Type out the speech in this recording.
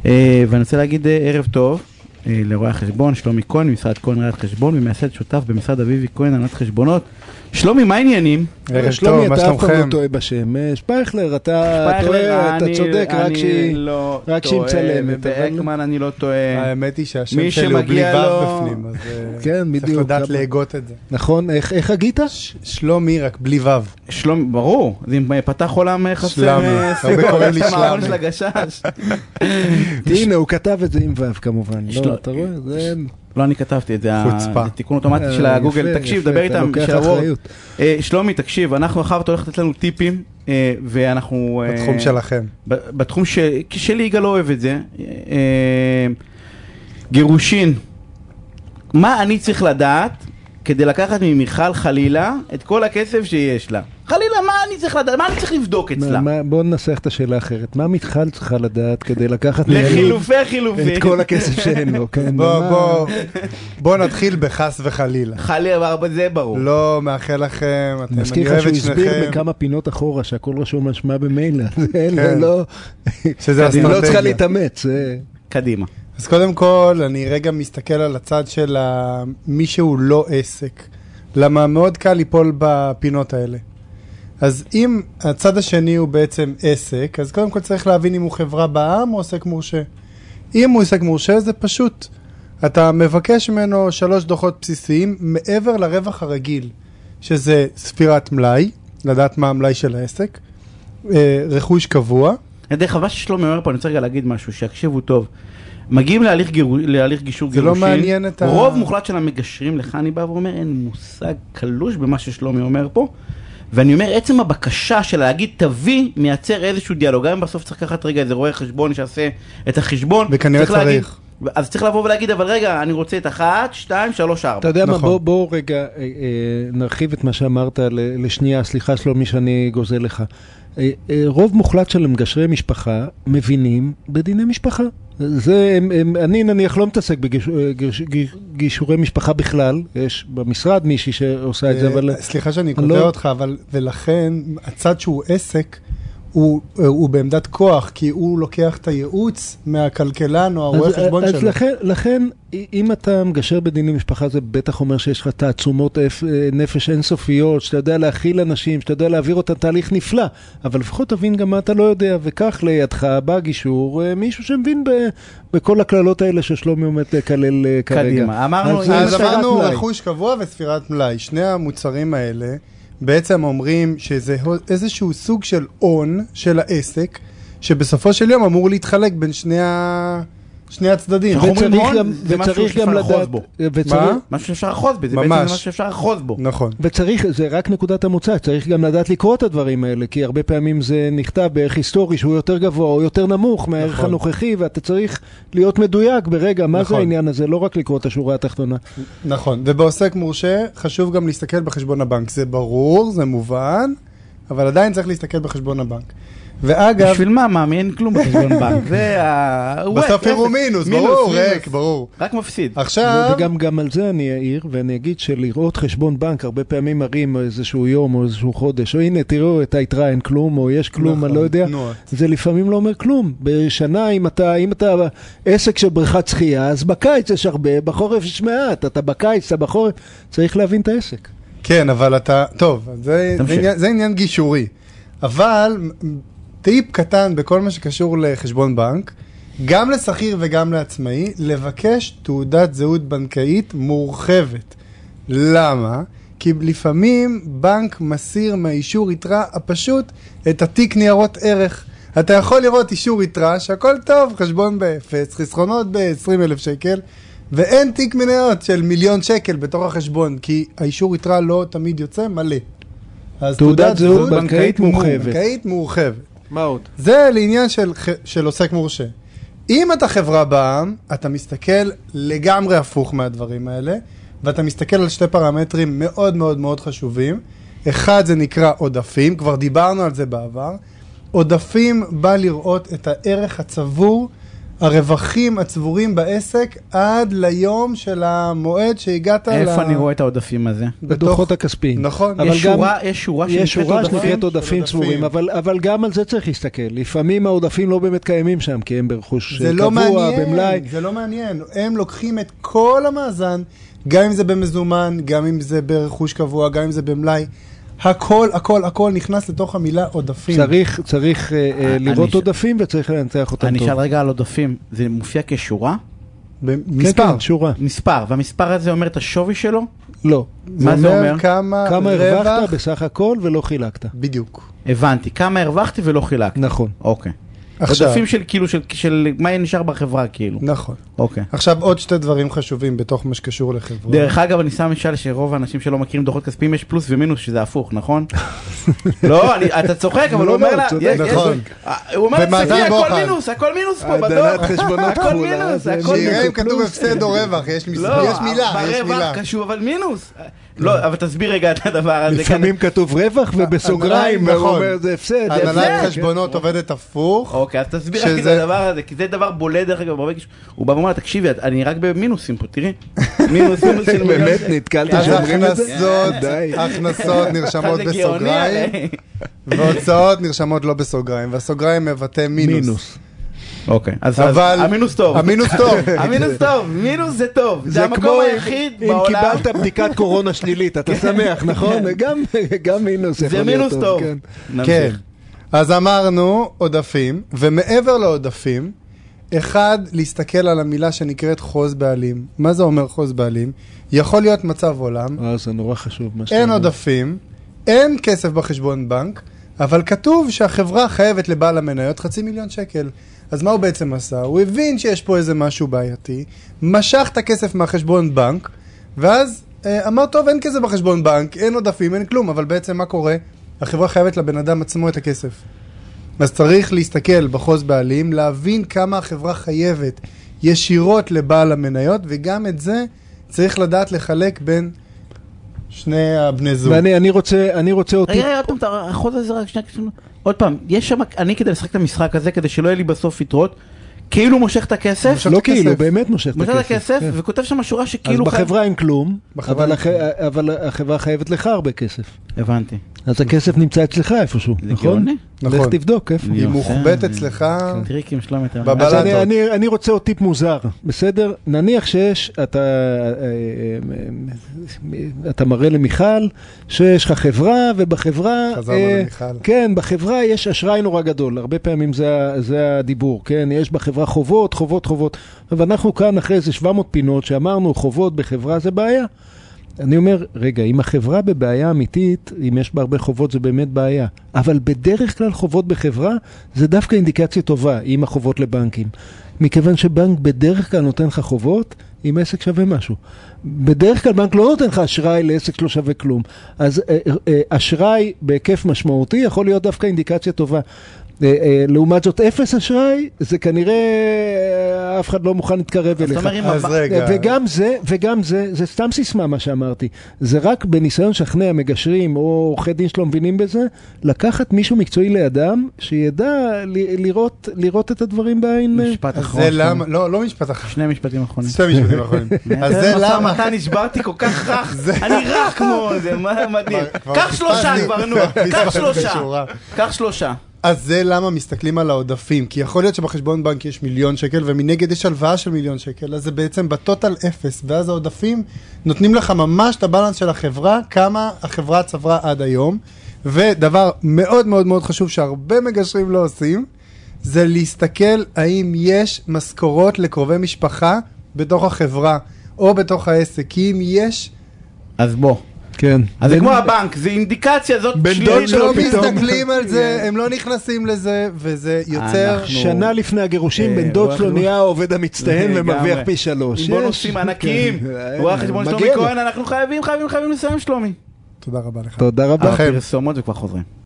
ואני רוצה להגיד ערב טוב לרואי החשבון, שלומי כהן, משרד כהן ראיית חשבון, ומייסד שותף במשרד אביבי כהן, הנהלת חשבונות. שלומי, מה העניינים? ערב טוב, מה שלומכם? אתה אף פעם לא טועה בשם. שפייכלר, אתה טועה, אתה צודק, רק שהיא מצלמת. באקמן אני לא טועה. האמת היא שהשם שלי הוא בלי וו בפנים, אז צריך לדעת להגות את זה. נכון, איך הגית? שלומי, רק בלי וו. שלומי, ברור, זה פתח עולם חסר. הרבה קוראים לי שלומי. של הגשש. הנה, הוא כתב את זה עם וו כמובן. לא, אתה רואה? זה... לא, אני כתבתי את זה, תיקון אוטומטי של הגוגל. תקשיב, דבר איתם, של הוורד. שלומי, תקשיב, אנחנו אחר אתה הולך לתת לנו טיפים, ואנחנו... בתחום שלכם. בתחום שלי יגאל לא אוהב את זה. גירושין. מה אני צריך לדעת כדי לקחת ממיכל חלילה את כל הכסף שיש לה? חלילה, מה אני צריך לדעת? מה אני צריך לבדוק אצלה? בוא ננסח את השאלה אחרת. מה מיכל צריכה לדעת כדי לקחת לחילופי את כל הכסף שאין לו? בוא נתחיל בחס וחלילה. חלילה, זה ברור. לא, מאחל לכם, אני אוהב את שניכם. מזכיר לך שהוא הסביר בכמה פינות אחורה שהכל רשום משמע במיילה. זה לא צריכה להתאמץ. קדימה. אז קודם כל, אני רגע מסתכל על הצד של מי שהוא לא עסק. למה מאוד קל ליפול בפינות האלה. אז אם הצד השני הוא בעצם עסק, אז קודם כל צריך להבין אם הוא חברה בע"מ או עסק מורשה. אם הוא עסק מורשה זה פשוט. אתה מבקש ממנו 3 דוחות בסיסיים מעבר לרווח הרגיל, שזה ספירת מלאי, לדעת מה המלאי של העסק, רכוש קבוע. דרך אגב, ששלומי אומר פה, אני רוצה רגע להגיד משהו, שיקשיבו טוב. מגיעים להליך גישור גירושין, לא מעניין את רוב מוחלט של המגשרים, לך אני בא ואומר, אין מושג קלוש במה ששלומי אומר פה, ואני אומר, עצם הבקשה של להגיד תביא, מייצר איזשהו דיאלוג, גם בסוף צריך לקחת רגע איזה רואה חשבון שעשה את החשבון, וכנראה צריך. אז צריך לבוא ולהגיד, אבל רגע, אני רוצה את 1, 2, 3, 4. אתה יודע מה, בוא רגע נרחיב את מה שאמרת לשנייה, סליחה שלומי שאני גוזל לך. רוב מוחלט של מגשרי משפחה מבינים בדיני משפחה. אני נניח לא מתעסק בגישורי משפחה בכלל, יש במשרד מישהי שעושה את זה, אבל... סליחה שאני קוטע אותך, ולכן הצד שהוא עסק, הוא בעמדת כוח, כי הוא לוקח את הייעוץ מהכלכלן או הרואה חשבון שלו. אז לכן, אם אתה מגשר בדיני משפחה, זה בטח אומר שיש לך תעצומות נפש אינסופיות, שאתה יודע להכיל אנשים, שאתה יודע להעביר אותה תהליך נפלא, אבל לפחות תבין גם מה אתה לא יודע, וכך לידך בא גישור, מישהו שמבין בכל הכללות האלה ששלומי עומד לקלל כרגע. קדימה, אמרנו רכוש קבוע וספירת מלאי. שני המוצרים האלה, בעצם אומרים שזה איזשהו סוג של און של העסק, שבסופו של יום אמור להתחלק בין שני הצדדים. וצריך גם לדעת... משהו שאפשר אחוז בזה, בעצם זה משהו שאפשר אחוז בו. נכון. וצריך, זה רק נקודת המוצא, צריך גם לדעת לקרוא את הדברים האלה, כי הרבה פעמים זה נכתב בערך היסטורי שהוא יותר גבוה או יותר נמוך מהערך הנוכחי, ואתה צריך להיות מדויק ברגע, מה זה העניין הזה, לא רק לקרוא את השורה התחתונה. נכון, ובעוסק מורשה חשוב גם להסתכל בחשבון הבנק, זה ברור, זה מובן, אבל עדיין צריך להסתכל בחשבון הבנק. ואגב... בשביל מה? אין כלום בחשבון בנק. בסוף יראו מינוס, ברור, ריק, ברור. רק מפסיד. עכשיו... וגם על זה אני אעיר, ואני אגיד שלראות חשבון בנק, הרבה פעמים מראים איזשהו יום או איזשהו חודש, או הנה, תראו את היתרה, אין כלום, או יש כלום, אני לא יודע. זה לפעמים לא אומר כלום. בשנה, אם אתה עסק של בריכת שחייה, אז בקיץ יש הרבה, בחורף יש מעט. אתה בקיץ, אתה בחורף, צריך להבין את העסק. כן, אבל אתה... טוב, זה עניין גישורי. אבל... טיפ קטן בכל מה שקשור לחשבון בנק, גם לשכיר וגם לעצמאי, לבקש תעודת זהות בנקאית מורחבת. למה? כי לפעמים בנק מסיר מהאישור יתרה הפשוט את התיק ניירות ערך. אתה יכול לראות אישור יתרה שהכל טוב, חשבון באפס, חסכונות ב-20,000 שקל, ואין תיק מניות של 1,000,000 שקל בתוך החשבון, כי האישור יתרה לא תמיד יוצא מלא. אז תעודת זהות בנקאית מורחבת. מה עוד? זה לעניין של עוסק מורשה. אם אתה חברה בע"מ, אתה מסתכל לגמרי הפוך מהדברים האלה, ואתה מסתכל על 2 פרמטרים מאוד מאוד מאוד חשובים. אחד זה נקרא עודפים, כבר דיברנו על זה בעבר. עודפים בא לראות את הערך הצבור הרווחים הצבורים בעסק עד ליום של המועד שהגעת איפה אני רואה את העודפים הזה? בדוחות הכספיים. נכון. יש שורה שנקראת עודפים צבורים, אבל גם על זה צריך להסתכל. לפעמים העודפים לא באמת קיימים שם, כי הם ברכוש קבוע, במלאי. זה לא מעניין. הם לוקחים את כל המאזן, גם אם זה במזומן, גם אם זה ברכוש קבוע, גם אם זה במלאי. הכל נכנס לתוך המילה עודפים. צריך לראות עודפים וצריך לנתח אותם טוב. אני שאל רגע על עודפים, זה מופיע כשורה? מספר. כן, שורה. מספר, והמספר הזה אומר את השווי שלו? לא. מה זה אומר? כמה הרווחת בסך הכל ולא חילקת. בדיוק. הבנתי, כמה הרווחתי ולא חילקתי. נכון. אוקיי. עודפים של כאילו, של מה נשאר בחברה כאילו. נכון. אוקיי. עכשיו עוד שתי דברים חשובים בתוך מה שקשור לחברה. דרך אגב, אני שם משל שרוב האנשים שלא מכירים דוחות כספיים יש פלוס ומינוס, שזה הפוך, נכון? לא, אתה צוחק, אבל הוא אומר לה, נכון. הוא אומר, הכל מינוס פה בדוח. הכל מינוס, הכל מינוס. שיראה אם כתוב הפסד או רווח, יש מילה. ברווח קשור, אבל מינוס. לא, אבל תסביר רגע את הדבר הזה. לפעמים כתוב רווח ובסוגריים, הוא אומר זה הפסד. הנהלת חשבונות עובדת הפוך. אוקיי, אז תסביר רק את הדבר הזה, כי זה דבר בולט דרך אגב. הוא בא ואומר, תקשיבי, אני רק במינוסים פה, תראי. מינוסים. באמת נתקלת שאומרים את זה? הכנסות נרשמות בסוגריים, והוצאות נרשמות לא בסוגריים, והסוגריים מבטא מינוס. אוקיי, אז המינוס טוב. המינוס טוב. המינוס טוב, מינוס זה טוב. זה המקום היחיד בעולם. אם קיבלת בדיקת קורונה שלילית, אתה שמח, נכון? גם מינוס יכול להיות טוב. זה מינוס טוב. כן. אז אמרנו עודפים, ומעבר לעודפים, אחד, להסתכל על המילה שנקראת חוז בעלים. מה זה אומר חוז בעלים? יכול להיות מצב עולם. זה נורא חשוב. אין עודפים, אין כסף בחשבון בנק, אבל כתוב שהחברה חייבת לבעל המניות 500,000 שקל. אז מה הוא בעצם עשה? הוא הבין שיש פה איזה משהו בעייתי, משך את הכסף מהחשבון בנק, ואז אמר, טוב, אין כסף בחשבון בנק, אין עודפים, אין כלום, אבל בעצם מה קורה? החברה חייבת לבן אדם עצמו את הכסף. אז צריך להסתכל בחוז בעלים, להבין כמה החברה חייבת ישירות לבעל המניות, וגם את זה צריך לדעת לחלק בין שני הבני זוג. ואני רוצה אותי... רגע, עוד פעם, החוז הזה רק שנייה, עוד פעם, יש שם, אני כדי לשחק את המשחק הזה, כדי שלא יהיה לי בסוף יתרות, כאילו מושך את הכסף. לא כאילו, באמת מושך את הכסף, וכותב שם שורה שכאילו... אז בחברה אין כלום, אבל החברה חייבת לך הרבה כסף. הבנתי. אז הכסף נמצא אצלך איפשהו, נכון? לך תבדוק איפה. היא מוחבט אצלך טריקים שלום יותר. בבלטות. אני רוצה עוד טיפ מוזר, בסדר? נניח שיש, אתה מראה למיכל, שיש לך חברה, ובחברה... חזרנו למיכל. כן, בחברה יש אשראי נורא גדול, הרבה פעמים זה הדיבור, כן? יש בחברה חובות, ואנחנו כאן אחרי איזה 700 פינות שאמרנו חובות בחברה זה בעיה. אני אומר, רגע, אם החברה בבעיה אמיתית, אם יש בה הרבה חובות זה באמת בעיה. אבל בדרך כלל חובות בחברה זה דווקא אינדיקציה טובה, עם החובות לבנקים. מכיוון שבנק בדרך כלל נותן לך חובות, אם עסק שווה משהו. בדרך כלל בנק לא נותן לך אשראי לעסק שלא שווה כלום. אז אשראי בהיקף משמעותי יכול להיות דווקא אינדיקציה טובה. לעומת זאת אפס אשראי, זה כנראה אף אחד לא מוכן להתקרב אליך. וגם זה, זה סתם סיסמה מה שאמרתי. זה רק בניסיון שכנע מגשרים או עורכי דין שלא מבינים בזה, לקחת מישהו מקצועי לידם, שידע לראות את הדברים בעין. משפט אחרון. לא משפט אחרון. שני משפטים אחרונים. אז זה למה. אתה נשברתי כל כך רך. אני רך כמו זה, מדהים. קח 3 כבר, נו. קח 3. אז זה למה מסתכלים על העודפים, כי יכול להיות שבחשבון בנק יש 1,000,000 שקל, ומנגד יש הלוואה של 1,000,000 שקל, אז זה בעצם בטוטל 0, ואז העודפים נותנים לך ממש את הבלנס של החברה, כמה החברה צברה עד היום, ודבר מאוד מאוד מאוד חשוב שהרבה מגשרים לא עושים, זה להסתכל האם יש משכורות לקרובי משפחה בתוך החברה, או בתוך העסק, כי אם יש... אז בוא. כן. אז זה כמו הבנק, זה אינדיקציה, זאת שלילית. לא מסתכלים על זה, הם לא נכנסים לזה, וזה יוצר... שנה לפני הגירושים, בן דוד שלו נהיה העובד המצטיין ומרוויח פי 3. עם בונוסים ענקיים. הוא החשבון שלומי כהן, אנחנו חייבים לסיים שלומי. תודה רבה לך. תודה רבה. פרסומות וכבר חוזרים.